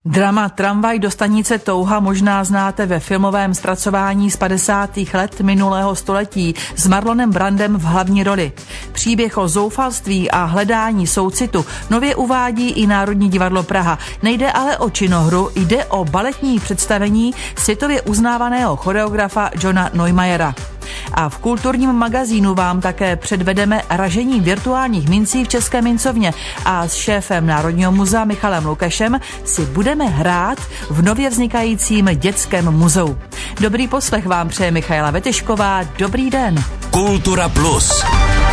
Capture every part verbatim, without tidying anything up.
Drama Tramvaj do stanice Touha možná znáte ve filmovém zpracování z padesátých let minulého století s Marlonem Brandem v hlavní roli. Příběh o zoufalství a hledání soucitu nově uvádí i Národní divadlo Praha. Nejde ale o činohru, jde o baletní představení světově uznávaného choreografa Johna Neumayera. A v kulturním magazínu vám také předvedeme ražení virtuálních mincí v České mincovně a s šéfem Národního muzea Michalem Lukešem si budeme hrát v nově vznikajícím dětském muzeu. Dobrý poslech vám přeje Michaela Vetešková. Dobrý den. Kultura Plus.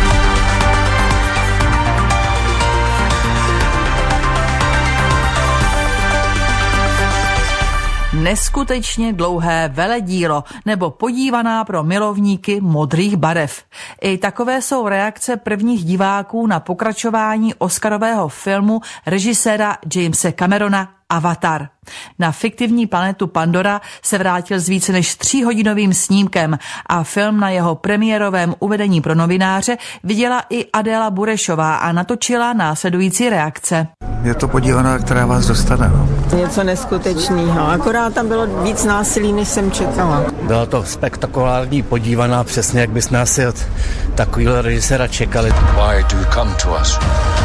Neskutečně dlouhé veledílo nebo podívaná pro milovníky modrých barev. I takové jsou reakce prvních diváků na pokračování oscarového filmu režiséra Jamese Camerona Avatar. Na fiktivní planetu Pandora se vrátil s více než tříhodinovým snímkem a film na jeho premiérovém uvedení pro novináře viděla i Adéla Burešová a natočila následující reakce. Je to podívaná, která vás dostane. Něco neskutečného, akorát tam bylo víc násilí, než jsem čekala. Byla to spektakulární podívaná, přesně jak bychom asi od takového režiséra čekali. Why do you come to us?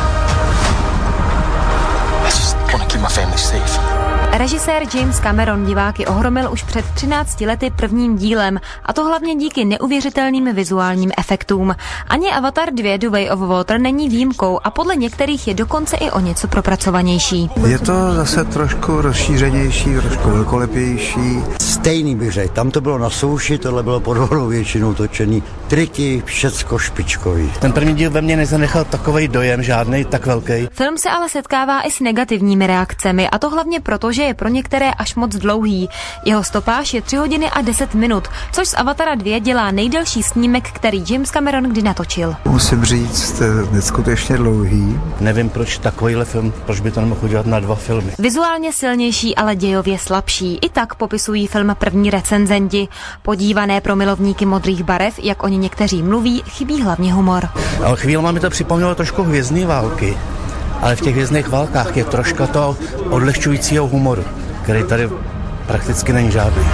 I just want to keep my family safe. Režisér James Cameron diváky ohromil už před třinácti lety prvním dílem, a to hlavně díky neuvěřitelným vizuálním efektům. Ani Avatar dva The Way of Water není výjimkou a podle některých je dokonce i o něco propracovanější. Je to zase trošku rozšířenější, trošku velkolepější. Stejný bych řekl, tam to bylo na souši, tohle bylo pod holou většinou točený. Triky, všecko špičkový. Ten první díl ve mně nezanechal takovej dojem, žádnej tak velký. Film se ale setkává i s negativními reakcemi, a to hlavně proto, že je pro některé až moc dlouhý. Jeho stopáž je tři hodiny a deset minut, což z Avatara dva dělá nejdelší snímek, který James Cameron kdy natočil. Musím říct, neskutečně dlouhý. Nevím, proč takovýhle film, proč by to nemohl udělat na dva filmy. Vizuálně silnější, ale dějově slabší. I tak popisují film první recenzenti. Podívané pro milovníky modrých barev, jak oni někteří mluví, chybí hlavně humor. Ale chvílema mi to připomnělo trošku Hvězdné války. Ale v těch hvězdných válkách je troška toho odlehčujícího humoru, který tady prakticky není žádný.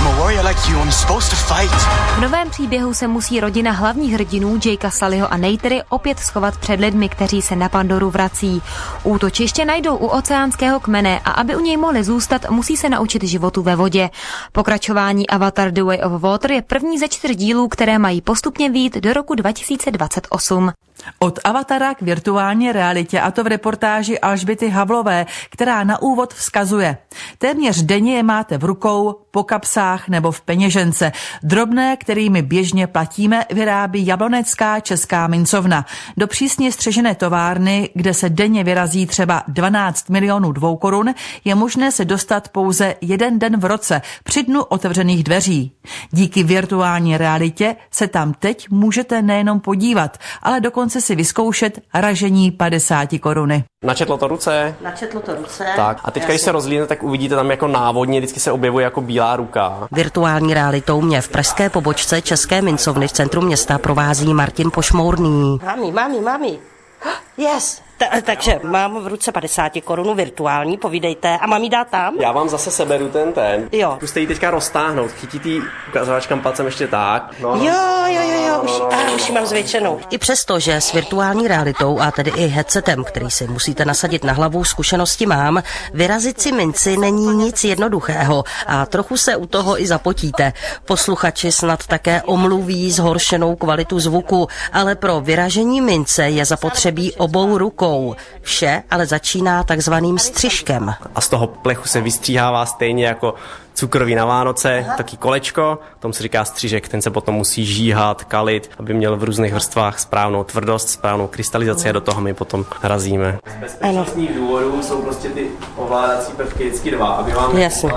V novém příběhu se musí rodina hlavních hrdinů Jakea Sullyho a Neytiri opět schovat před lidmi, kteří se na Pandoru vrací. Útočiště najdou u oceánského kmene a aby u něj mohli zůstat, musí se naučit životu ve vodě. Pokračování Avatar The Way of Water je první ze čtyř dílů, které mají postupně vyjít do roku dva tisíce dvacet osm. Od Avatara k virtuální realitě, a to v reportáži Alžběty Havlové, která na úvod vzkazuje. Téměř denně je máte v rukou, po kapsách nebo v peněžence. Drobné, kterými běžně platíme, vyrábí Jablonecká česká mincovna. Do přísně střežené továrny, kde se denně vyrazí třeba dvanáct milionů dvou korun, je možné se dostat pouze jeden den v roce při dnu otevřených dveří. Díky virtuální realitě se tam teď můžete nejenom podívat, ale dokonce si vyzkoušet ražení padesát koruny. Načetlo to ruce? Načetlo to ruce. Tak. A teďka, když se rozlídnete, tak uvidíte tam jako návodně, vždycky se objevuje jako bílá ruka. Virtuální realitou mě v pražské pobočce České mincovny v centru města provází Martin Pošmourný. Mami, mami, mami. Yes. Ta, takže mám v ruce padesát korun virtuální, povídejte. A mám jí dát tam? Já vám zase seberu ten ten. Jo. Zkuste ji teďka roztáhnout, chytí tý ukazovačkám palcem ještě tak. No, no. Jo, jo, jo, jo, už, a, už ji mám zvětšenou. I přesto, že s virtuální realitou a tedy i headsetem, který si musíte nasadit na hlavu, zkušenosti mám, vyrazit si minci není nic jednoduchého a trochu se u toho i zapotíte. Posluchači snad také omluví zhoršenou kvalitu zvuku, ale pro vyražení mince je zapotřebí obou rukou. Vše ale začíná takzvaným střižkem. A z toho plechu se vystříhává stejně jako cukroví na Vánoce, taky kolečko, tomu se říká střižek, ten se potom musí žíhat, kalit, aby měl v různých vrstvách správnou tvrdost, správnou krystalizaci a do toho my potom razíme. Z bezpečnostních důvodů jsou prostě ty ovládací prvky vždycky dva, aby vám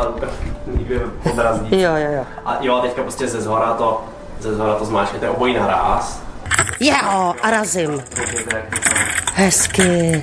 nikdy podrazdí. Jo, jo, jo. A jo, teďka prostě ze zhora to, ze zhora to zmáčknete obojí naráz. Jo, a razím. Hezky.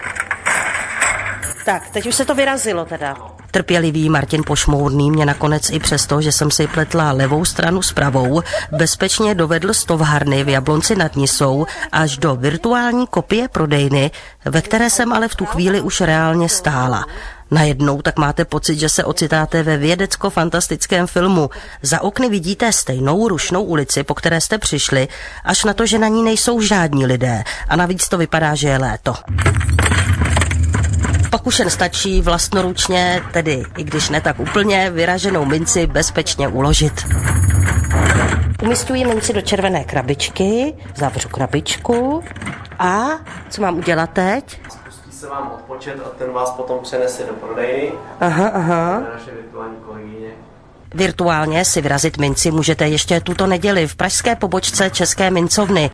Tak, teď už se to vyrazilo teda. Trpělivý Martin Pošmourný mě nakonec i přesto, že jsem si pletla levou stranu s pravou, bezpečně dovedl z továrny v Jablonci nad Nisou až do virtuální kopie prodejny, ve které jsem ale v tu chvíli už reálně stála. Najednou tak máte pocit, že se ocitáte ve vědecko-fantastickém filmu. Za okny vidíte stejnou rušnou ulici, po které jste přišli, až na to, že na ní nejsou žádní lidé. A navíc to vypadá, že je léto. Pak už jen stačí vlastnoručně, tedy i když ne tak úplně, vyraženou minci bezpečně uložit. Umistuji minci do červené krabičky, zavřu krabičku a co mám udělat teď? Spustí se vám odpočet a ten vás potom přenese do prodejny. Aha, aha. Naše virtuální kolegyně. Virtuálně si vyrazit minci můžete ještě tuto neděli v pražské pobočce České mincovny.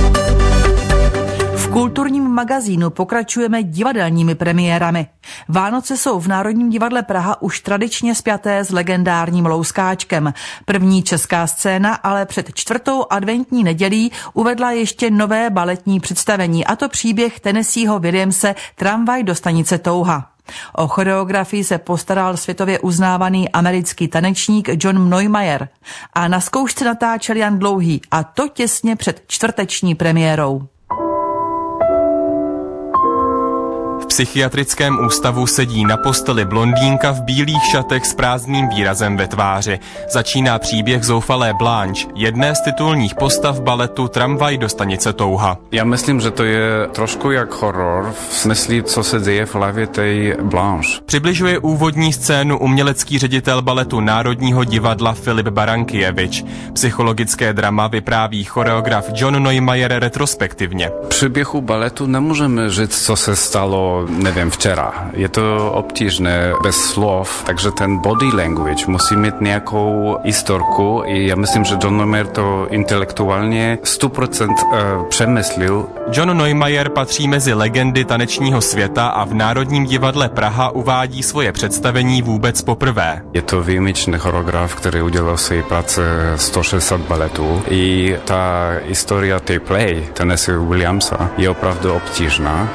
V kulturním magazínu pokračujeme divadelními premiérami. Vánoce jsou v Národním divadle Praha už tradičně spjaté s legendárním Louskáčkem. První česká scéna ale před čtvrtou adventní nedělí uvedla ještě nové baletní představení, a to příběh Tennesseeho Williamse Tramvaj do stanice Touha. O choreografii se postaral světově uznávaný americký tanečník John Neumeier a na zkoušce natáčel Jan Dlouhý, a to těsně před čtvrteční premiérou. V psychiatrickém ústavu sedí na posteli blondýnka v bílých šatech s prázdným výrazem ve tváři. Začíná příběh zoufalé Blanche, jedné z titulních postav baletu Tramvaj do stanice Touha. Já myslím, že to je trošku jak horor v smyslu, co se děje v hlavě té Blanche. Přibližuje úvodní scénu umělecký ředitel baletu Národního divadla Filip Barankievič. Psychologické drama vypráví choreograf John Neumeier retrospektivně. Příběhu baletu nemůžeme říct, co se stalo, nevím, včera. Je to obtížné bez slov, takže ten body language musí mít nějakou historku i já myslím, že John Neumeier to intelektuálně sto procent přemyslil. John Neumeier patří mezi legendy tanečního světa a v Národním divadle Praha uvádí svoje představení vůbec poprvé. Je to výjimečný choreograf, který udělal své práce sto šedesát baletů. I ta historie té play Tennessee Williamsa je opravdu obtížná.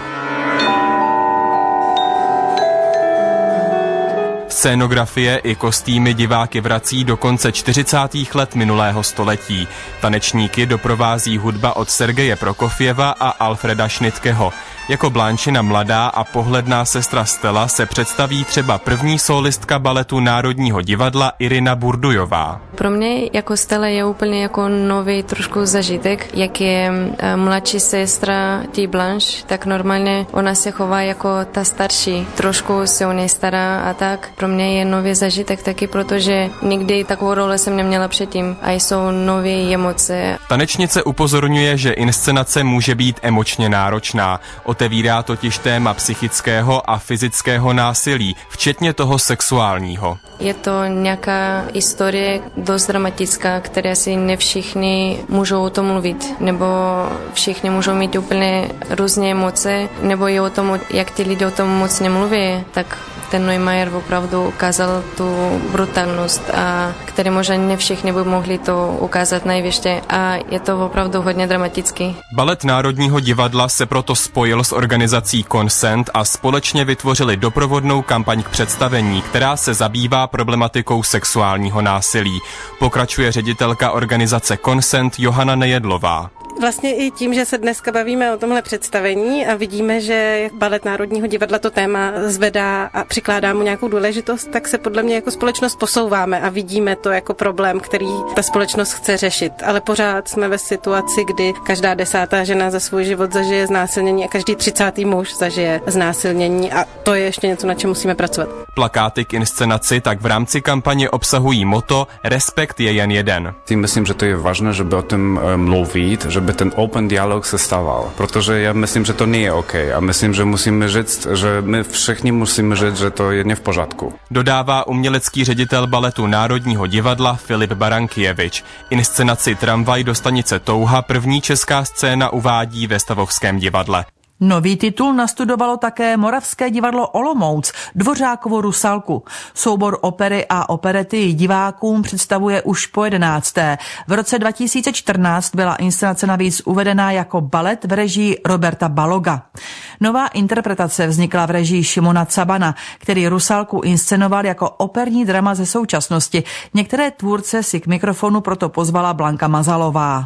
Scénografie i kostýmy diváky vrací do konce čtyřicátých let minulého století. Tanečníky doprovází hudba od Sergeje Prokofjeva a Alfreda Schnitkeho. Jako Blanchina mladá a pohledná sestra Stella se představí třeba první solistka baletu Národního divadla Irina Burdujová. Pro mě jako Stella je úplně jako nový trošku zažitek, jak je mladší sestra tí Blanche, tak normálně ona se chová jako ta starší, trošku se o něj stará a tak. Pro mě je nový zažitek taky, protože nikdy takovou roli jsem neměla předtím a jsou nové emoce. Tanečnice upozorňuje, že inscenace může být emočně náročná. Otevírá totiž téma psychického a fyzického násilí, včetně toho sexuálního. Je to nějaká historie dost dramatická, které si ne všichni můžou o tom mluvit, nebo všichni můžou mít úplně různé emoce, nebo i o tom, jak ty lidi o tom moc nemluví, tak ten Neumeier opravdu ukázal tu brutálnost, a které možná ne všichni by mohli to ukázat nejvyště, a je to opravdu hodně dramatický. Balet Národního divadla se proto spojil s organizací Consent a společně vytvořili doprovodnou kampaň k představení, která se zabývá problematikou sexuálního násilí. Pokračuje ředitelka organizace Consent Johana Nejedlová. Vlastně i tím, že se dneska bavíme o tomhle představení a vidíme, že Balet Národního divadla to téma zvedá a přikládá mu nějakou důležitost, tak se podle mě jako společnost posouváme a vidíme to jako problém, který ta společnost chce řešit. Ale pořád jsme ve situaci, kdy každá desátá žena za svůj život zažije znásilnění a každý třicátý muž zažije znásilnění, a to je ještě něco, na čem musíme pracovat. Plakáty k inscenaci tak v rámci kampaně obsahují motto Respekt je jen jeden. Tím myslím, že to je vážné, żeby o tom mluvit, żeby ten open dialog se stával, protože já myslím, že to nie je OK a myslím, že musíme říct, že my všichni musíme říct, že to je ne v pořádku. Dodává umělecký ředitel baletu Národního divadla Filip Barankievič. Inscenaci Tramvaj do stanice Touha první česká scéna uvádí ve Stavovském divadle. Nový titul nastudovalo také Moravské divadlo Olomouc, Dvořákovu Rusalku. Soubor opery a operety divákům představuje už po jedenácté. V roce dva tisíce čtrnáct byla inscenace navíc uvedená jako balet v režii Roberta Baloga. Nová interpretace vznikla v režii Šimona Cabana, který Rusalku inscenoval jako operní drama ze současnosti. Některé tvůrce si k mikrofonu proto pozvala Blanka Mazalová.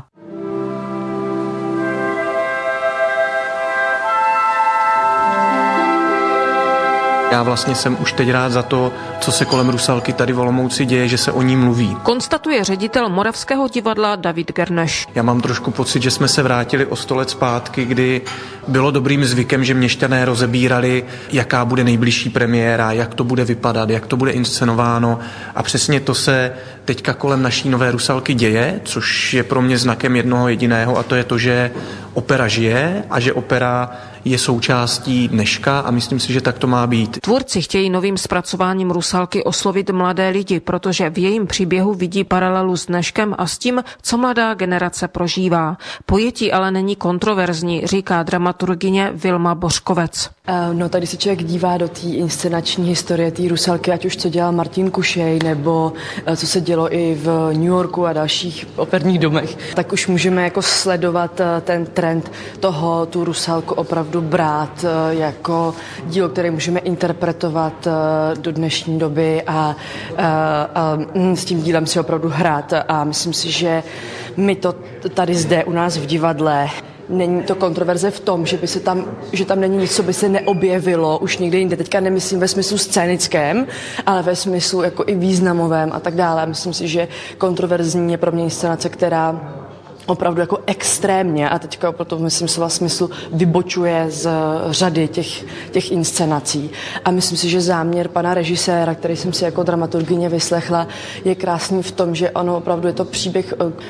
Já vlastně jsem už teď rád za to, co se kolem Rusalky tady v Olomouci děje, že se o ní mluví. Konstatuje ředitel Moravského divadla David Gerneš. Já mám trošku pocit, že jsme se vrátili o sto let zpátky, kdy bylo dobrým zvykem, že měšťané rozebírali, jaká bude nejbližší premiéra, jak to bude vypadat, jak to bude inscenováno, a přesně to se teďka kolem naší nové Rusalky děje, což je pro mě znakem jednoho jediného, a to je to, že opera žije a že opera je součástí dneška, a myslím si, že tak to má být. Tvůrci chtějí novým zpracováním Rusalky oslovit mladé lidi, protože v jejím příběhu vidí paralelu s dneškem a s tím, co mladá generace prožívá. Pojetí ale není kontroverzní, říká dramaturgyně Vilma Bořkovec. No, tady se člověk dívá do té inscenační historie té Rusalky, ať už co dělal Martin Kušej, nebo co se dělo i v New Yorku a dalších operních domech, tak už můžeme jako sledovat ten trend toho, tu Rusalku opravdu brát jako dílo, které můžeme interpretovat do dnešní doby a, a, a s tím dílem si opravdu hrát. A myslím si, že my to tady zde u nás v divadle, není to kontroverze v tom, že by se tam, že tam není nic, co by se neobjevilo už někde jinde. Teďka nemyslím ve smyslu scénickém, ale ve smyslu jako i významovém a tak dále. Myslím si, že kontroverzní je pro mě inscenace, která opravdu jako extrémně, a teďka proto myslím slova smyslu, vybočuje z řady těch, těch inscenací. A myslím si, že záměr pana režiséra, který jsem si jako dramaturgyně vyslechla, je krásný v tom, že ono opravdu je to příběh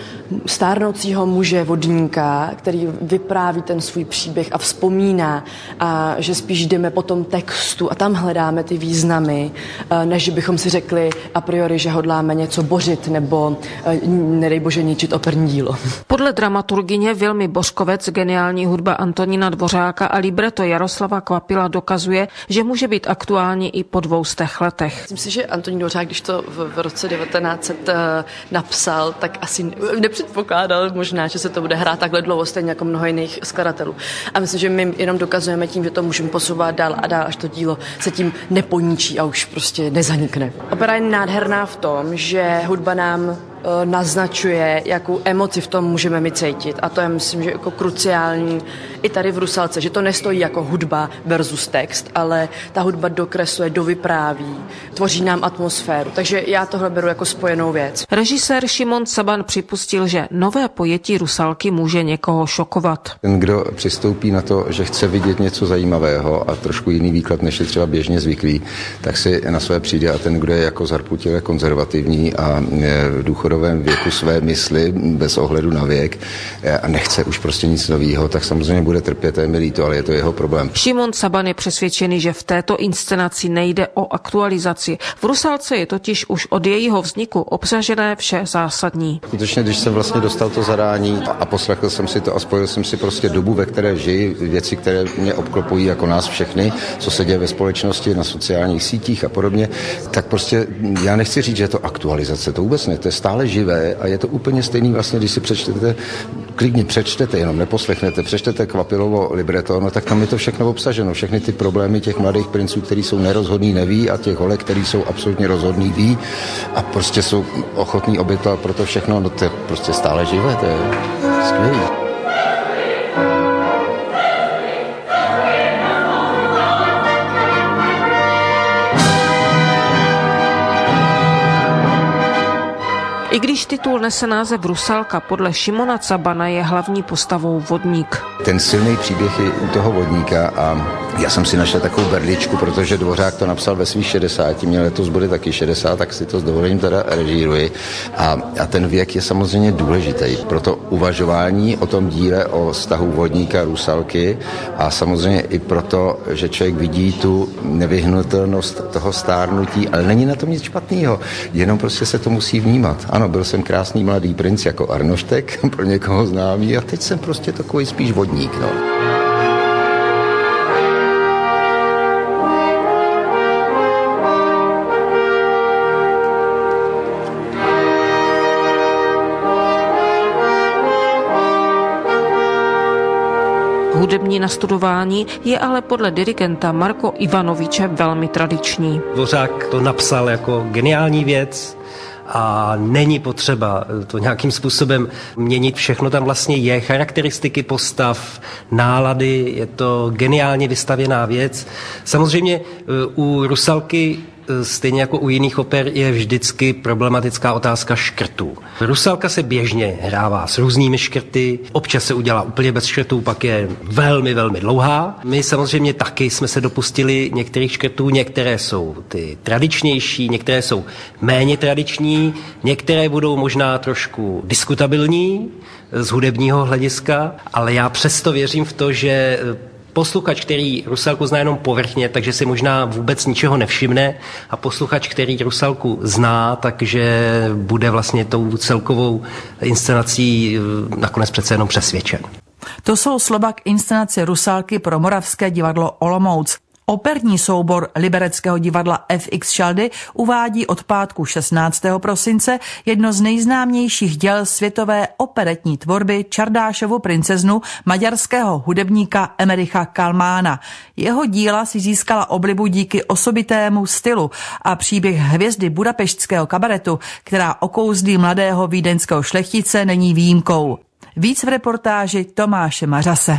stárnoucího muže vodníka, který vypráví ten svůj příběh a vzpomíná, a že spíš jdeme po tom textu a tam hledáme ty významy, než bychom si řekli a priori, že hodláme něco bořit nebo nedej bože ničit operní dílo. Podle dramaturgyně Vilmy Bořkovec geniální hudba Antonína Dvořáka a libreto Jaroslava Kvapila dokazuje, že může být aktuální i po dvoustech letech. Myslím si, že Antonín Dvořák, když to v, v roce devatenáct set napsal, tak asi nepředpokládal možná, že se to bude hrát takhle dlouho, stejně jako mnoho jiných skladatelů. A myslím, že my jenom dokazujeme tím, že to můžeme posouvat dál a dál, až to dílo se tím neponičí a už prostě nezanikne. Opera je nádherná v tom, že hudba nám naznačuje, jakou emoci v tom můžeme my cítit. A to je, myslím, že jako kruciální i tady v Rusalce, že to nestojí jako hudba versus text, ale ta hudba dokresluje, dovypráví, tvoří nám atmosféru. Takže já tohle beru jako spojenou věc. Režisér Šimon Saban připustil, že nové pojetí Rusalky může někoho šokovat. Ten, kdo přistoupí na to, že chce vidět něco zajímavého a trošku jiný výklad, než je třeba běžně zvyklý, tak si na své přijde, a ten, kdo je jako zarputilé konzervativní a v důchodu věku své mysli, bez ohledu na věk, a nechce už prostě nic nového, tak samozřejmě bude trpět, je mi líto, ale je to jeho problém. Šimon Saban je přesvědčený, že v této inscenaci nejde o aktualizaci. V Rusalce je totiž už od jejího vzniku obsažené vše zásadní. Skutečně, když jsem vlastně dostal to zadání a poslechl jsem si to a spojil jsem si prostě dobu, ve které žiji, věci, které mě obklopují jako nás všechny, co se děje ve společnosti, na sociálních sítích a podobně, tak prostě já nechci říct, že je to aktualizace, to vůbec ne, to je stále živé a je to úplně stejný vlastně, když si přečtete, klidně přečtete, jenom neposlechnete, přečtete Kvapilovo libreto, no tak tam je to všechno obsaženo, všechny ty problémy těch mladých princů, kteří jsou nerozhodní, neví, a těch holek, kteří jsou absolutně rozhodní, ví a prostě jsou ochotní obětovat pro to všechno, no to je prostě stále živé, to je skvělý. I když titul nese název Rusalka, podle Šimona Sabana je hlavní postavou vodník. Ten silný příběh je u toho vodníka a já jsem si našel takovou berličku, protože Dvořák to napsal ve svých šedesáti, mě letos bude taky šedesát, tak si to s dovolením teda režíruji. A, a ten věk je samozřejmě důležitý pro to uvažování o tom díle, o vztahu vodníka a Rusalky a samozřejmě i proto, že člověk vidí tu nevyhnutelnost toho stárnutí, ale není na tom nic špatného, jenom prostě se to musí vnímat. Ano, byl jsem krásný mladý princ jako Arnoštek, pro někoho známý, a teď jsem prostě takový spíš vodník, no. Hudební nastudování je ale podle dirigenta Marko Ivanoviče velmi tradiční. Dvořák to napsal jako geniální věc a není potřeba to nějakým způsobem měnit. Všechno tam vlastně je, charakteristiky postav, nálady, je to geniálně vystavěná věc. Samozřejmě u Rusalky stejně jako u jiných oper je vždycky problematická otázka škrtů. Rusalka se běžně hrává s různými škrty, občas se udělá úplně bez škrtů, pak je velmi, velmi dlouhá. My samozřejmě taky jsme se dopustili některých škrtů, některé jsou ty tradičnější, některé jsou méně tradiční, některé budou možná trošku diskutabilní z hudebního hlediska, ale já přesto věřím v to, že posluchač, který Rusalku zná jenom povrchně, takže si možná vůbec ničeho nevšimne, a posluchač, který Rusalku zná, takže bude vlastně tou celkovou inscenací nakonec přece jenom přesvědčen. To jsou slova k inscenaci Rusalky pro Moravské divadlo Olomouc. Operní soubor Libereckého divadla F X Šaldy uvádí od pátku šestnáctého prosince jedno z nejznámějších děl světové operetní tvorby Čardášovu princeznu maďarského hudebníka Emericha Kalmána. Jeho díla si získala oblibu díky osobitému stylu a příběh hvězdy budapeštského kabaretu, která okouzlí mladého vídeňského šlechtice, není výjimkou. Víc v reportáži Tomáše Mařase.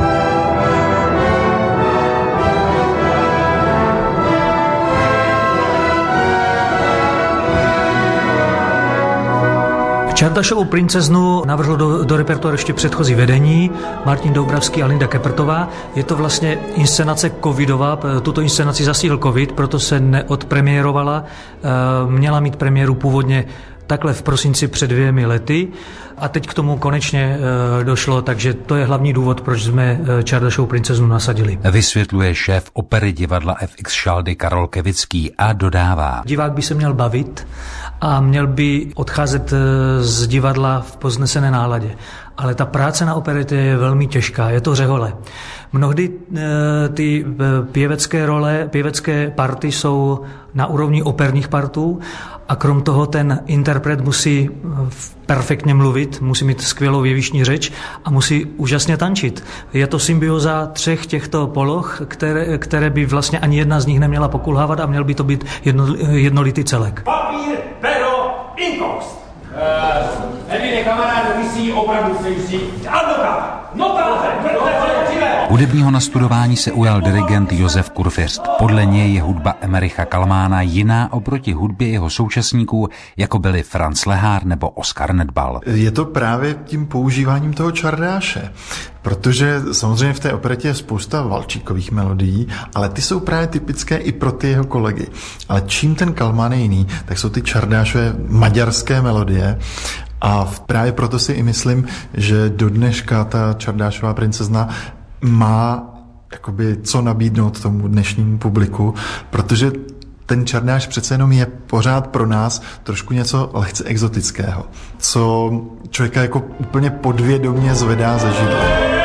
Čardášovu princeznu navrhl do, do repertoáru ještě předchozí vedení Martin Doubravský a Linda Kepertová. Je to vlastně inscenace covidová, tuto inscenaci zasíhl covid, proto se neodpremiérovala. Měla mít premiéru původně takhle v prosinci před dvěmi lety a teď k tomu konečně e, došlo, takže to je hlavní důvod, proč jsme Čardášovu princeznu nasadili. Vysvětluje šéf opery divadla F X Šaldy Karol Kevický a dodává. Divák by se měl bavit a měl by odcházet z divadla v povznesené náladě. Ale ta práce na operetě je velmi těžká, je to řehole. Mnohdy e, ty pěvecké role, pěvecké party jsou na úrovni operních partů a krom toho ten interpret musí perfektně mluvit, musí mít skvělou věvištní řeč a musí úžasně tančit. Je to symbioza třech těchto poloh, které, které by vlastně ani jedna z nich neměla pokulhávat a měl by to být jedno, jednolitý celek. Papír, pero, inkoust. Nevím, kamarád, vysí, opravdu se jistí. Advokát, notáře, hudebního nastudování se ujal dirigent Josef Kurfiřt. Podle něj je hudba Emericha Kalmána jiná oproti hudbě jeho současníků, jako byli Franz Lehár nebo Oskar Nedbal. Je to právě tím používáním toho Čardáše, protože samozřejmě v té operetě je spousta valčíkových melodií, ale ty jsou právě typické i pro ty jeho kolegy. Ale čím ten Kalmán je jiný, tak jsou ty Čardášové maďarské melodie. A právě proto si i myslím, že do dneška ta Čardášová princezna má jakoby co nabídnout tomu dnešnímu publiku, protože ten Čardáš přece jenom je pořád pro nás trošku něco lehce exotického, co člověka jako úplně podvědomě zvedá ze židle.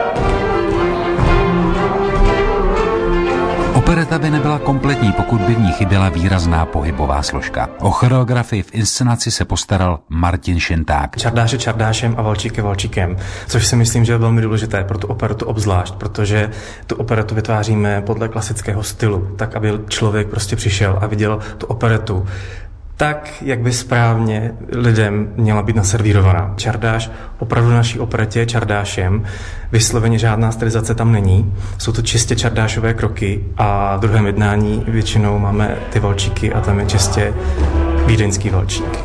Opereta by nebyla kompletní, pokud by v ní chyběla výrazná pohybová složka. O choreografii v inscenaci se postaral Martin Šinták. Čardáš je Čardášem a Valčík je Valčíkem, což si myslím, že je velmi důležité pro tu operetu obzvlášť, protože tu operetu vytváříme podle klasického stylu, tak aby člověk prostě přišel a viděl tu operetu tak, jak by správně lidem měla být naservírovaná. Čardáš opravdu v naší operetě je Čardášem, vysloveně žádná stylizace tam není, jsou to čistě čardášové kroky a v druhém jednání většinou máme ty valčíky a tam je čistě vídeňský valčík.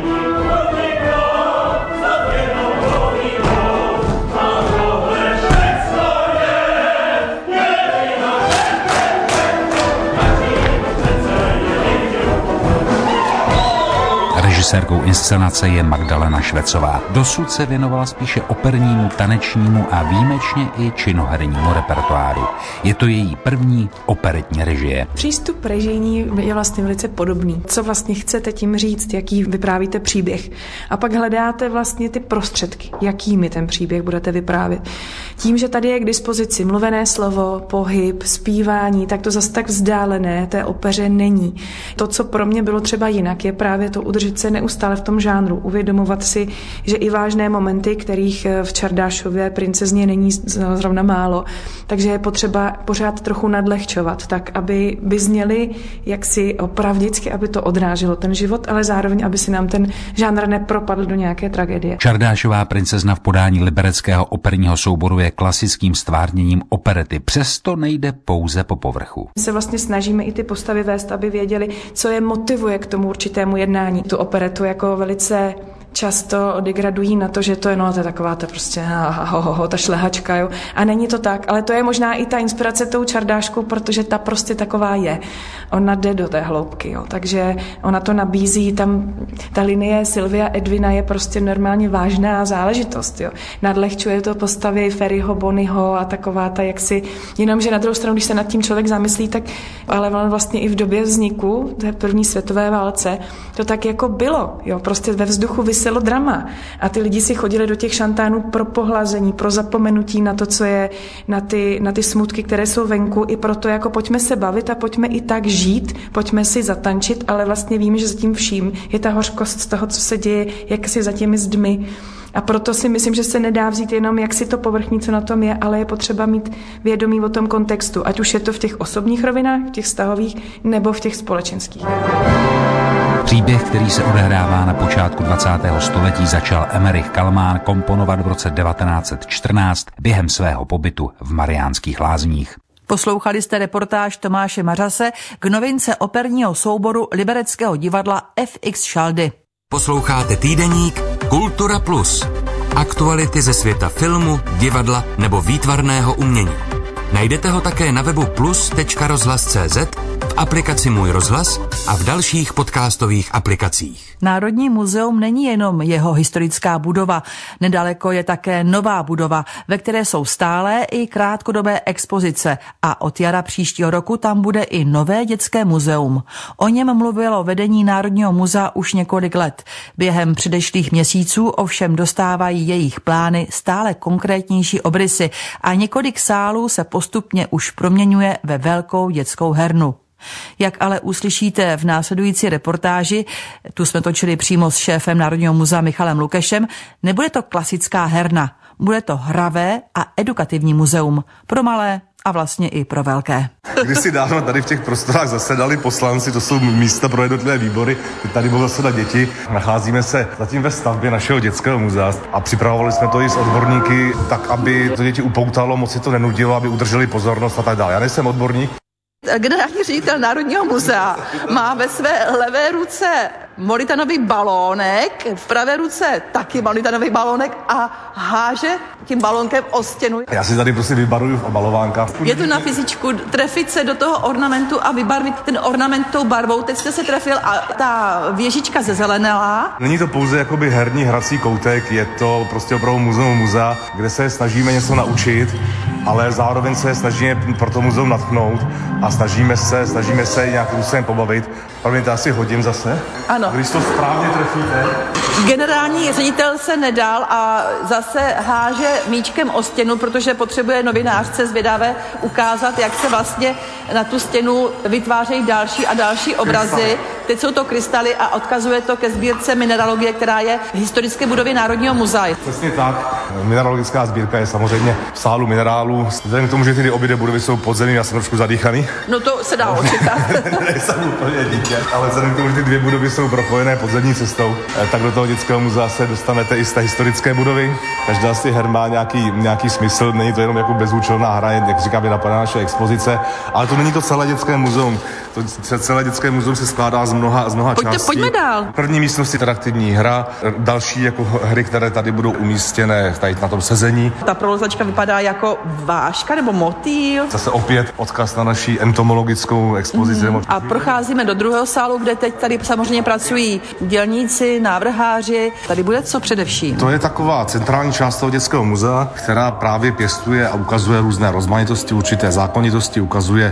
Režisérkou inscenace je Magdalena Švecová. Dosud se věnovala spíše opernímu, tanečnímu a výjimečně i činohernímu repertoáru. Je to její první operetní režie. Přístup režijní je vlastně velice podobný. Co vlastně chcete tím říct, jaký vyprávíte příběh. A pak hledáte vlastně ty prostředky, jakými ten příběh budete vyprávět. Tím, že tady je k dispozici mluvené slovo, pohyb, zpívání, tak to zase tak vzdálené té opeře není. To, co pro mě bylo třeba jinak, je právě to udržet se neustále v tom žánru, uvědomovat si, že i vážné momenty, kterých v Čardášově princezně není zrovna málo, takže je potřeba pořád trochu nadlehčovat, tak aby by zněli jaksi opravdicky, aby to odráželo ten život, ale zároveň, aby si nám ten žánr nepropadl do nějaké tragédie. Čardášová princezna v podání libereckého operního souboru je klasickým stvárněním operety, přesto nejde pouze po povrchu. My se vlastně snažíme i ty postavy vést, aby věděli, co je motivuje k tomu určitému jednání. Tu operetu jako velice často degradují na to, že to je, no, to je taková ta prostě ho, ho, ho, ta šlehačka, jo. A není to tak, ale to je možná i ta inspirace tou Čardáškou, protože ta prostě taková je. Ona jde do té hloubky, jo. Takže ona to nabízí, tam ta linie Sylvia Edwina je prostě normálně vážná záležitost, jo. Nadlehčuje to postavy Ferryho, Bonnyho a taková ta jaksi, jenomže na druhou stranu, když se nad tím člověk zamyslí, tak ale vlastně i v době vzniku té první světové válce to tak jako bylo, jo. Prostě ve vzduchu vyselo drama. A ty lidi si chodili do těch šantánů pro pohlazení, pro zapomenutí na to, co je, na ty, na ty smutky, které jsou venku, i proto jako pojďme se bavit a pojďme i tak žít, pojďme si zatančit, ale vlastně víme, že za tím vším je ta hořkost z toho, co se děje, jak si za těmi zdmi. A proto si myslím, že se nedá vzít jenom, jak si to povrchní, co na tom je, ale je potřeba mít vědomí o tom kontextu, ať už je to v těch osobních rovinách, v těch vztahových, nebo v těch společenských. Příběh, který se odehrává na počátku dvacátého století, začal Emmerich Kalmán komponovat v roce devatenáct set čtrnáct během svého pobytu v Mariánských Lázních. Poslouchali jste reportáž Tomáše Mařase k novince operního souboru libereckého divadla F X Šaldy. Posloucháte týdeník Kultura Plus. Aktuality ze světa filmu, divadla nebo výtvarného umění. Najdete ho také na webu plus tečka rozhlas tečka cé zet, v aplikaci Můj rozhlas a v dalších podcastových aplikacích. Národní muzeum není jenom jeho historická budova. Nedaleko je také nová budova, ve které jsou stálé i krátkodobé expozice a od jara příštího roku tam bude i nové dětské muzeum. O něm mluvilo vedení Národního muzea už několik let. Během předešlých měsíců ovšem dostávají jejich plány stále konkrétnější obrysy a několik sálů se postupně už proměňuje ve velkou dětskou hernu. Jak ale uslyšíte v následující reportáži, tu jsme točili přímo s šéfem Národního muzea Michalem Lukešem, nebude to klasická herna, bude to hravé a edukativní muzeum pro malé a vlastně i pro velké. Kdysi dávno tady v těch prostorách zasedali poslanci, to jsou místa pro jednotlivé výbory, tady budou zasedat děti. Nacházíme se zatím ve stavbě našeho dětského muzea a připravovali jsme to i s odborníky, tak aby to děti upoutalo, moc si to nenudilo, aby udrželi pozornost a tak dále. Já nejsem odborník. Generální ředitel Národního muzea má ve své levé ruce molitanový balónek, v pravé ruce taky molitanový balónek a háže tím balónkem o stěnu. Já si tady prostě vybaruju v obalovánka. Je to na fyzičku, trefit se do toho ornamentu a vybarvit ten ornament tou barvou. Teď jste se trefil a ta věžička zezelenela. Není to pouze jakoby herní hrací koutek, je to prostě opravdu muzeum muzea, kde se snažíme něco naučit, ale zároveň se snažíme pro to muzeum natchnout a snažíme se, snažíme se nějakým způsobem pobavit. Promiňte, asi hodím zase. Ano. Když to správně trefíte. Generální ředitel se nedal a zase háže míčkem o stěnu, protože potřebuje novinářce zvědavé ukázat, jak se vlastně na tu stěnu vytvářejí další a další obrazy. Krystaly. Teď jsou to krystaly a odkazuje to ke sbírce mineralogie, která je v historické budově Národního muzea. Přesně tak. Mineralogická sbírka je samozřejmě v sálu minerálů. Vzhledem k tomu, že ty obě budovy jsou podzemní, já jsem trošku zadýchaný. No to se dá očekat. Nejsem úplně dítě, ale vzhledem k tomu, že ty dvě budovy jsou propojené podzemní cestou, tak do toho dětského muzea se dostanete i z té historické budovy. Každá z těch her má nějaký, nějaký smysl, není to jenom jako bezúčelná hra, jak říkám, je napadá naše expozice, ale to není to celé dětské muzeum. To celé dětské muzeum se skládá z mnoha, z mnoha Pojďte, částí. Pojďme dál. První místnost je interaktivní hra, další jako hry, které tady budou umístěné tady na tom sezení. Ta prolozačka vypadá jako váška nebo motýl. Zase opět odkaz na naší entomologickou expozici. Mm. A procházíme do druhého sálu, kde teď tady samozřejmě pracují dělníci, návrháři. Tady bude co především? To je taková centrální část toho dětského muzea, která právě pěstuje a ukazuje různé rozmanitosti, určité zákonitosti, ukazuje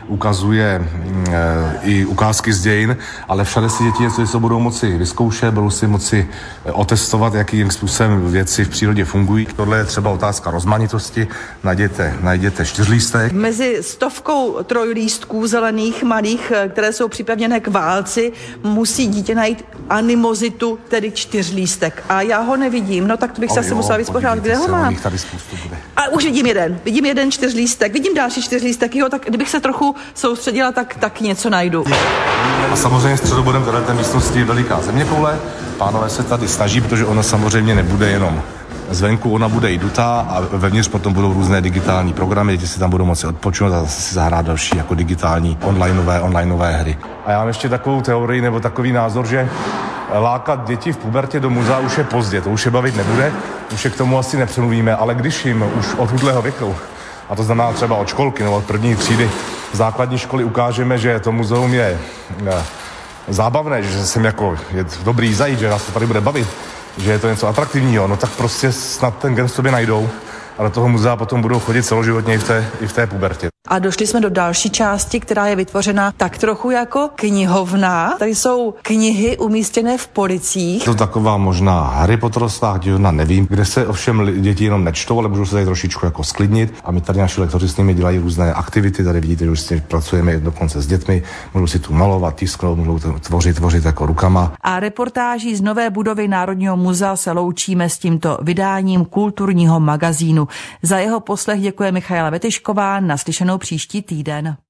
ukazuje i ukázky z dějin, ale všade si děti něco, co budou moci vyzkoušet, budou si moci otestovat, jakým způsobem věci v přírodě fungují. Tohle je třeba otázka rozmanitosti. Najděte, najděte čtyřlístek. Mezi stovkou trojlístků zelených malých, které jsou připevněné k válci, musí dítě najít animozitu, tedy čtyřlístek. A já ho nevidím, no tak to bych se asi musela vyspořádat, kde ho mám. Tady spoustu bude. A už vidím jeden, vidím jeden čtyřlístek, vidím další čtyřlístek, jo, tak kdybych se trochu soustředila, tak, tak něco najdu. A samozřejmě středobodem této místnosti je veliká zeměkoule. Pánové se tady snaží, protože ona samozřejmě nebude jenom zvenku, ona bude i dutá a vevnitř potom budou různé digitální programy, děti si tam budou moci odpočinout a si zahrát další jako digitální onlineové, onlineové hry. A já mám ještě takovou teorii nebo takový názor, že lákat děti v pubertě do muzea už je pozdě, to už je bavit nebude, už je k tomu asi nepřemluvíme, ale když jim už od tutlého věku, a to znamená třeba od školky nebo od první třídy základní školy ukážeme, že to muzeum je zábavné, že jsem jako je dobrý zajít, že nás to tady bude bavit, že je to něco atraktivního, no tak prostě snad ten gen sobě najdou a do toho muzea potom budou chodit celoživotně i v té, i v té pubertě. A došli jsme do další části, která je vytvořena tak trochu jako knihovna. Tady jsou knihy umístěné v policích. To taková možná Harry Potterovská knihovna, nevím, kde se ovšem děti jenom nečtou, ale můžou se tady trošičku jako sklidnit. A my tady naši lektoři s nimi dělají různé aktivity. Tady vidíte, že už pracujeme dokonce s dětmi, můžou si tu malovat, tisknout, můžou tvořit, tvořit jako rukama. A reportáží z nové budovy Národního muzea se loučíme s tímto vydáním kulturního magazínu. Za jeho poslech děkuje Michaela Vetyšková, naslyšenou příští týden.